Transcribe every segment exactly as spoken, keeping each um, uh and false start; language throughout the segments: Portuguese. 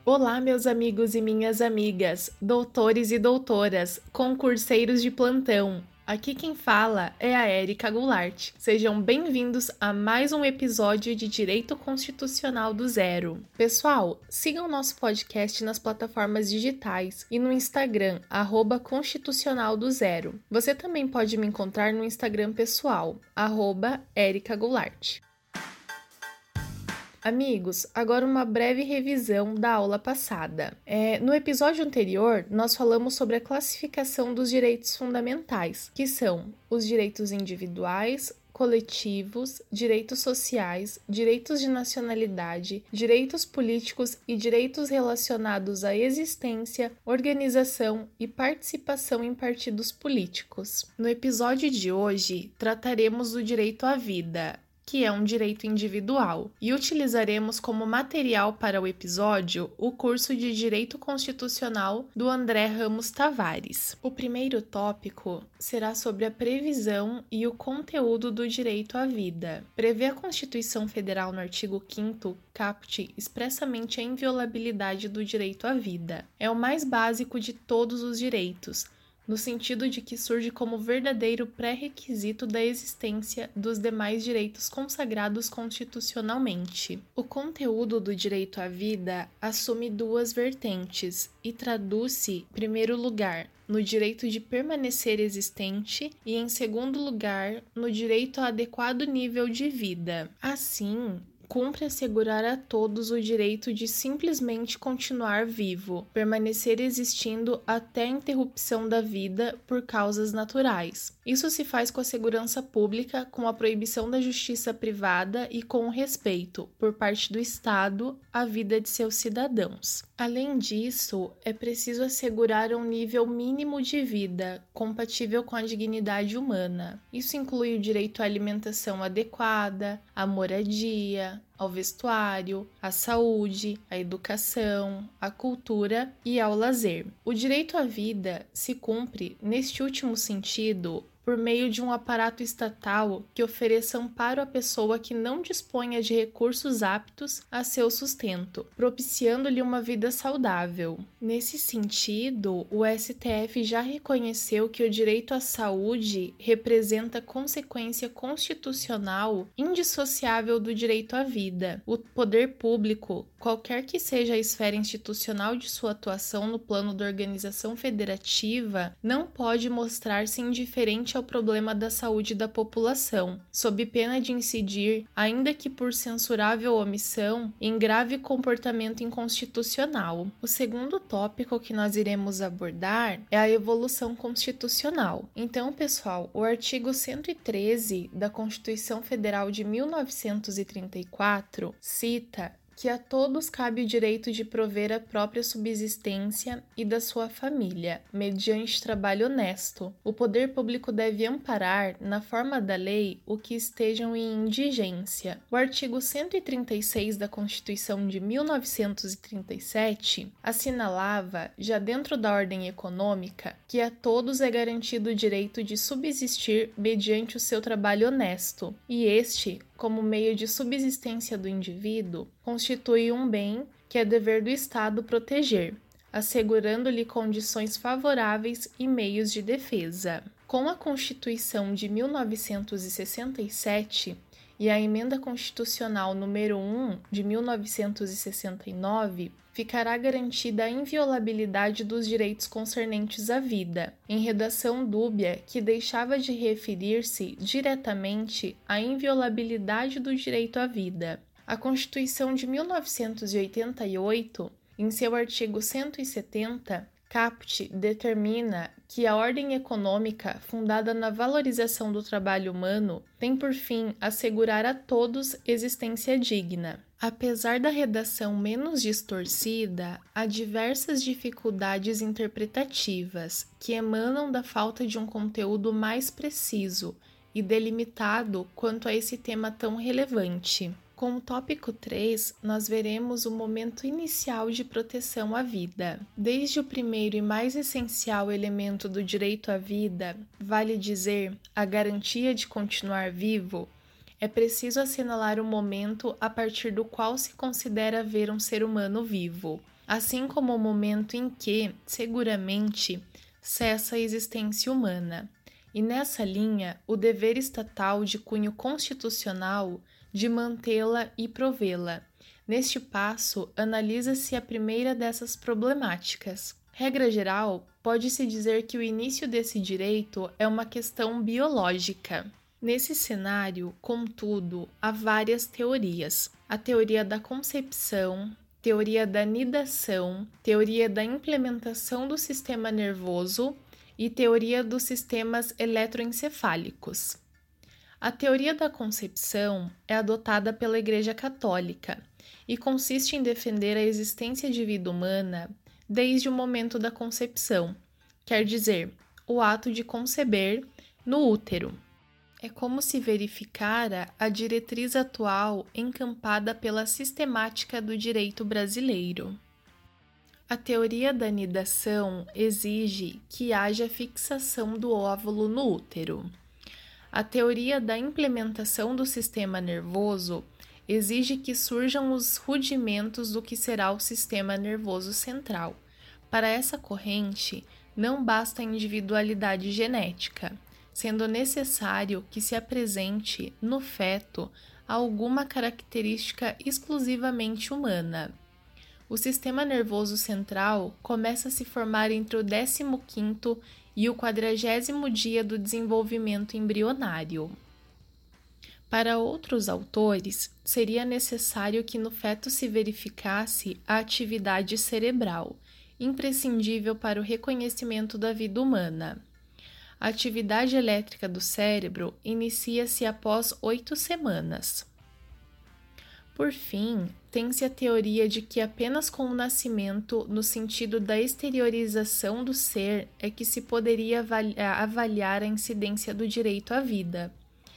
Olá, meus amigos e minhas amigas, doutores e doutoras, concurseiros de plantão. Aqui quem fala é a Érica Goulart. Sejam bem-vindos a mais um episódio de Direito Constitucional do Zero. Pessoal, sigam nosso podcast nas plataformas digitais e no Instagram, arroba Constitucional do Zero. Você também pode me encontrar no Instagram pessoal, arroba Érica Goulart. Amigos, agora uma breve revisão da aula passada. É, no episódio anterior, nós falamos sobre a classificação dos direitos fundamentais, que são os direitos individuais, coletivos, direitos sociais, direitos de nacionalidade, direitos políticos e direitos relacionados à existência, organização e participação em partidos políticos. No episódio de hoje, trataremos do direito à vida, que é um direito individual, e utilizaremos como material para o episódio o curso de Direito Constitucional do André Ramos Tavares. O primeiro tópico será sobre a previsão e o conteúdo do direito à vida. Prevê a Constituição Federal no artigo quinto, caput, expressamente a inviolabilidade do direito à vida. É o mais básico de todos os direitos, no sentido de que surge como verdadeiro pré-requisito da existência dos demais direitos consagrados constitucionalmente. O conteúdo do direito à vida assume duas vertentes e traduz-se, em primeiro lugar, no direito de permanecer existente e, em segundo lugar, no direito a adequado nível de vida. Assim, cumpre assegurar a todos o direito de simplesmente continuar vivo, permanecer existindo até a interrupção da vida por causas naturais. Isso se faz com a segurança pública, com a proibição da justiça privada e com o respeito, por parte do Estado, à vida de seus cidadãos. Além disso, é preciso assegurar um nível mínimo de vida, compatível com a dignidade humana. Isso inclui o direito à alimentação adequada, à moradia, ao vestuário, à saúde, à educação, à cultura e ao lazer. O direito à vida se cumpre, neste último sentido, por meio de um aparato estatal que ofereça amparo à pessoa que não disponha de recursos aptos a seu sustento, propiciando-lhe uma vida saudável. Nesse sentido, o S T F já reconheceu que o direito à saúde representa consequência constitucional indissociável do direito à vida. O poder público, qualquer que seja a esfera institucional de sua atuação no plano da organização federativa, não pode mostrar-se indiferente ao problema da saúde da população, sob pena de incidir, ainda que por censurável omissão, em grave comportamento inconstitucional. O segundo tópico que nós iremos abordar é a evolução constitucional. Então, pessoal, o artigo cento e treze da Constituição Federal de mil novecentos e trinta e quatro cita que a todos cabe o direito de prover a própria subsistência e da sua família, mediante trabalho honesto. O poder público deve amparar, na forma da lei, o que estejam em indigência. O artigo cento e trinta e seis da Constituição de mil novecentos e trinta e sete assinalava, já dentro da ordem econômica, que a todos é garantido o direito de subsistir mediante o seu trabalho honesto, e este, como meio de subsistência do indivíduo, constitui um bem que é dever do Estado proteger, assegurando-lhe condições favoráveis e meios de defesa. Com a Constituição de mil novecentos e sessenta e sete e a Emenda Constitucional número um de mil novecentos e sessenta e nove, ficará garantida a inviolabilidade dos direitos concernentes à vida, em redação dúbia que deixava de referir-se diretamente à inviolabilidade do direito à vida. A Constituição de mil novecentos e oitenta e oito, em seu artigo cento e setenta, caput, determina que a ordem econômica, fundada na valorização do trabalho humano, tem por fim assegurar a todos existência digna. Apesar da redação menos distorcida, há diversas dificuldades interpretativas que emanam da falta de um conteúdo mais preciso e delimitado quanto a esse tema tão relevante. Com o tópico três, nós veremos o momento inicial de proteção à vida. Desde o primeiro e mais essencial elemento do direito à vida, vale dizer, a garantia de continuar vivo, é preciso assinalar o momento a partir do qual se considera haver um ser humano vivo, assim como o momento em que, seguramente, cessa a existência humana. E nessa linha, o dever estatal de cunho constitucional de mantê-la e provê-la. Neste passo, analisa-se a primeira dessas problemáticas. Regra geral, pode-se dizer que o início desse direito é uma questão biológica. Nesse cenário, contudo, há várias teorias. A teoria da concepção, teoria da nidação, teoria da implementação do sistema nervoso e teoria dos sistemas eletroencefálicos. A teoria da concepção é adotada pela Igreja Católica e consiste em defender a existência de vida humana desde o momento da concepção, quer dizer, o ato de conceber no útero. É como se verificara a diretriz atual encampada pela sistemática do direito brasileiro. A teoria da nidação exige que haja fixação do óvulo no útero. A teoria da implementação do sistema nervoso exige que surjam os rudimentos do que será o sistema nervoso central. Para essa corrente, não basta a individualidade genética, sendo necessário que se apresente no feto alguma característica exclusivamente humana. O sistema nervoso central começa a se formar entre o décimo quinto e o quadragésimo dia do desenvolvimento embrionário. Para outros autores, seria necessário que no feto se verificasse a atividade cerebral, imprescindível para o reconhecimento da vida humana. A atividade elétrica do cérebro inicia-se após oito semanas. Por fim, tem-se a teoria de que apenas com o nascimento, no sentido da exteriorização do ser, é que se poderia avaliar a incidência do direito à vida.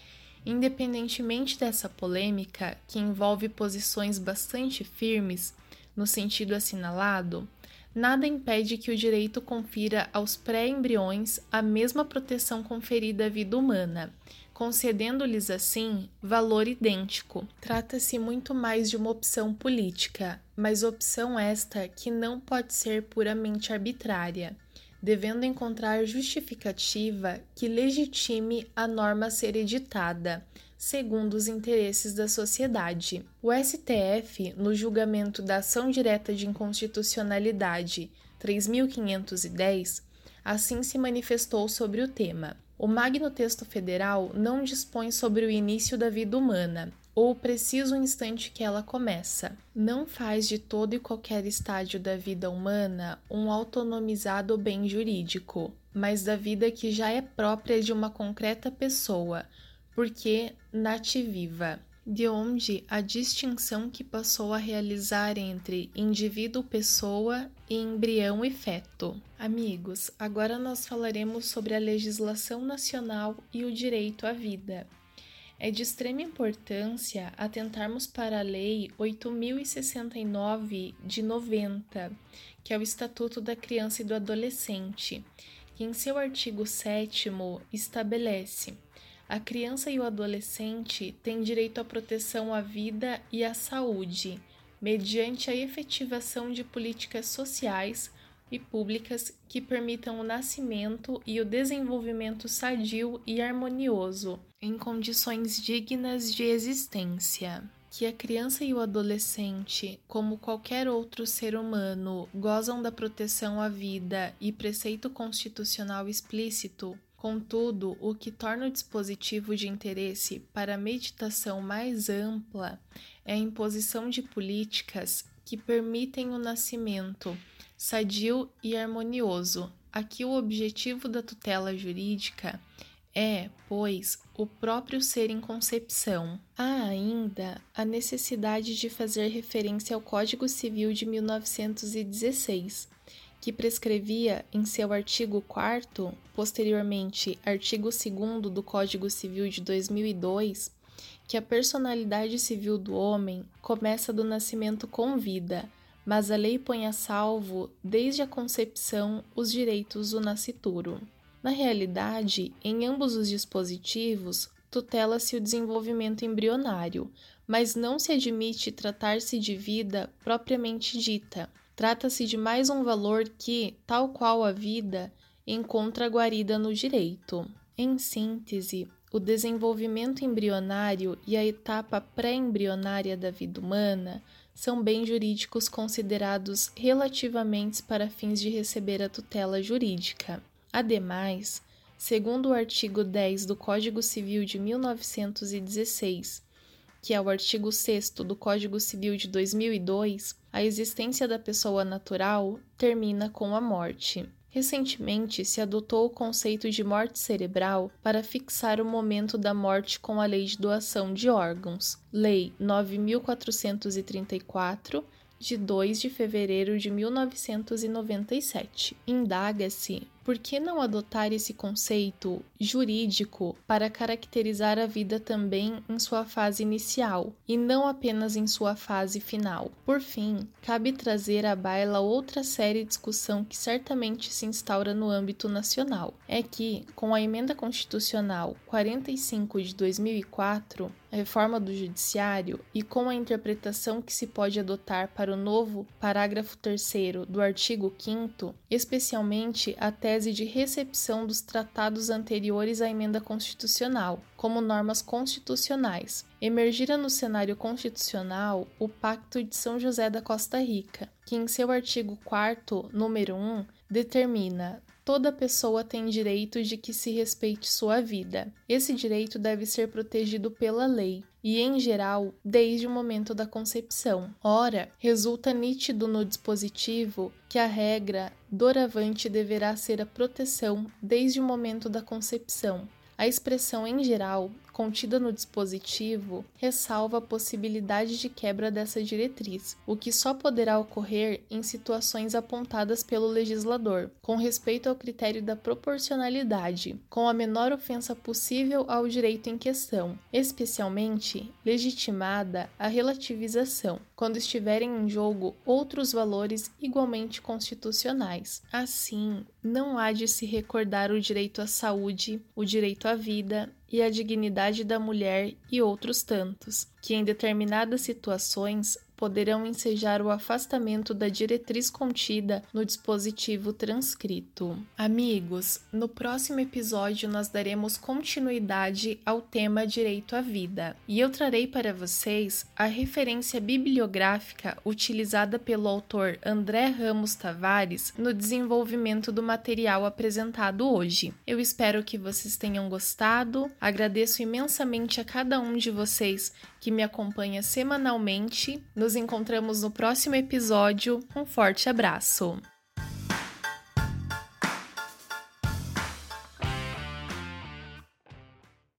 Independentemente dessa polêmica, que envolve posições bastante firmes, no sentido assinalado, nada impede que o direito confira aos pré-embriões a mesma proteção conferida à vida humana, concedendo-lhes assim valor idêntico. Trata-se muito mais de uma opção política, mas opção esta que não pode ser puramente arbitrária, devendo encontrar justificativa que legitime a norma a ser editada, segundo os interesses da sociedade. O S T F, no julgamento da ação direta de inconstitucionalidade três mil quinhentos e dez, assim se manifestou sobre o tema. O Magno Texto Federal não dispõe sobre o início da vida humana, ou o preciso instante que ela começa. Não faz de todo e qualquer estágio da vida humana um autonomizado bem jurídico, mas da vida que já é própria de uma concreta pessoa, porque nativiva, de onde a distinção que passou a realizar entre indivíduo-pessoa e embrião e feto. Amigos, agora nós falaremos sobre a legislação nacional e o direito à vida. É de extrema importância atentarmos para a Lei oito mil e sessenta e nove de noventa, que é o Estatuto da Criança e do Adolescente, que em seu artigo sétimo estabelece: a criança e o adolescente têm direito à proteção à vida e à saúde, mediante a efetivação de políticas sociais e públicas que permitam o nascimento e o desenvolvimento sadio e harmonioso, em condições dignas de existência. Que a criança e o adolescente, como qualquer outro ser humano, gozam da proteção à vida e preceito constitucional explícito. Contudo, o que torna o dispositivo de interesse para a meditação mais ampla é a imposição de políticas que permitem o nascimento sadio e harmonioso. Aqui o objetivo da tutela jurídica é, pois, o próprio ser em concepção. Há ainda a necessidade de fazer referência ao Código Civil de mil novecentos e dezesseis, que prescrevia em seu artigo quarto, posteriormente artigo segundo do Código Civil de dois mil e dois, que a personalidade civil do homem começa do nascimento com vida, mas a lei põe a salvo, desde a concepção, os direitos do nascituro. Na realidade, em ambos os dispositivos, tutela-se o desenvolvimento embrionário, mas não se admite tratar-se de vida propriamente dita. Trata-se de mais um valor que, tal qual a vida, encontra guarida no direito. Em síntese, o desenvolvimento embrionário e a etapa pré-embrionária da vida humana são bens jurídicos considerados relativamente para fins de receber a tutela jurídica. Ademais, segundo o artigo dez do Código Civil de mil novecentos e dezesseis, que é o artigo sexto do Código Civil de dois mil e dois, a existência da pessoa natural termina com a morte. Recentemente, se adotou o conceito de morte cerebral para fixar o momento da morte com a Lei de Doação de Órgãos, Lei nove mil quatrocentos e trinta e quatro, de dois de fevereiro de mil novecentos e noventa e sete. Indaga-se por que não adotar esse conceito jurídico para caracterizar a vida também em sua fase inicial e não apenas em sua fase final. Por fim, cabe trazer à baila outra séria discussão que certamente se instaura no âmbito nacional. É que, com a Emenda Constitucional quarenta e cinco de dois mil e quatro, a reforma do Judiciário, e com a interpretação que se pode adotar para o novo parágrafo terceiro do artigo quinto, especialmente a tese de recepção dos tratados anteriores à emenda constitucional, como normas constitucionais, emergira no cenário constitucional o Pacto de São José da Costa Rica, que em seu artigo quarto, número um, determina: toda pessoa tem direito de que se respeite sua vida. Esse direito deve ser protegido pela lei e, em geral, desde o momento da concepção. Ora, resulta nítido no dispositivo que a regra doravante deverá ser a proteção desde o momento da concepção. A expressão em geral, contida no dispositivo, ressalva a possibilidade de quebra dessa diretriz, o que só poderá ocorrer em situações apontadas pelo legislador, com respeito ao critério da proporcionalidade, com a menor ofensa possível ao direito em questão, especialmente legitimada a relativização, quando estiverem em jogo outros valores igualmente constitucionais. Assim, não há de se recordar o direito à saúde, o direito à vida e a dignidade da mulher e outros tantos, que em determinadas situações poderão ensejar o afastamento da diretriz contida no dispositivo transcrito. Amigos, no próximo episódio nós daremos continuidade ao tema direito à vida, e eu trarei para vocês a referência bibliográfica utilizada pelo autor André Ramos Tavares no desenvolvimento do material apresentado hoje. Eu espero que vocês tenham gostado, agradeço imensamente a cada um de vocês que me acompanha semanalmente. Nos encontramos no próximo episódio. Um forte abraço!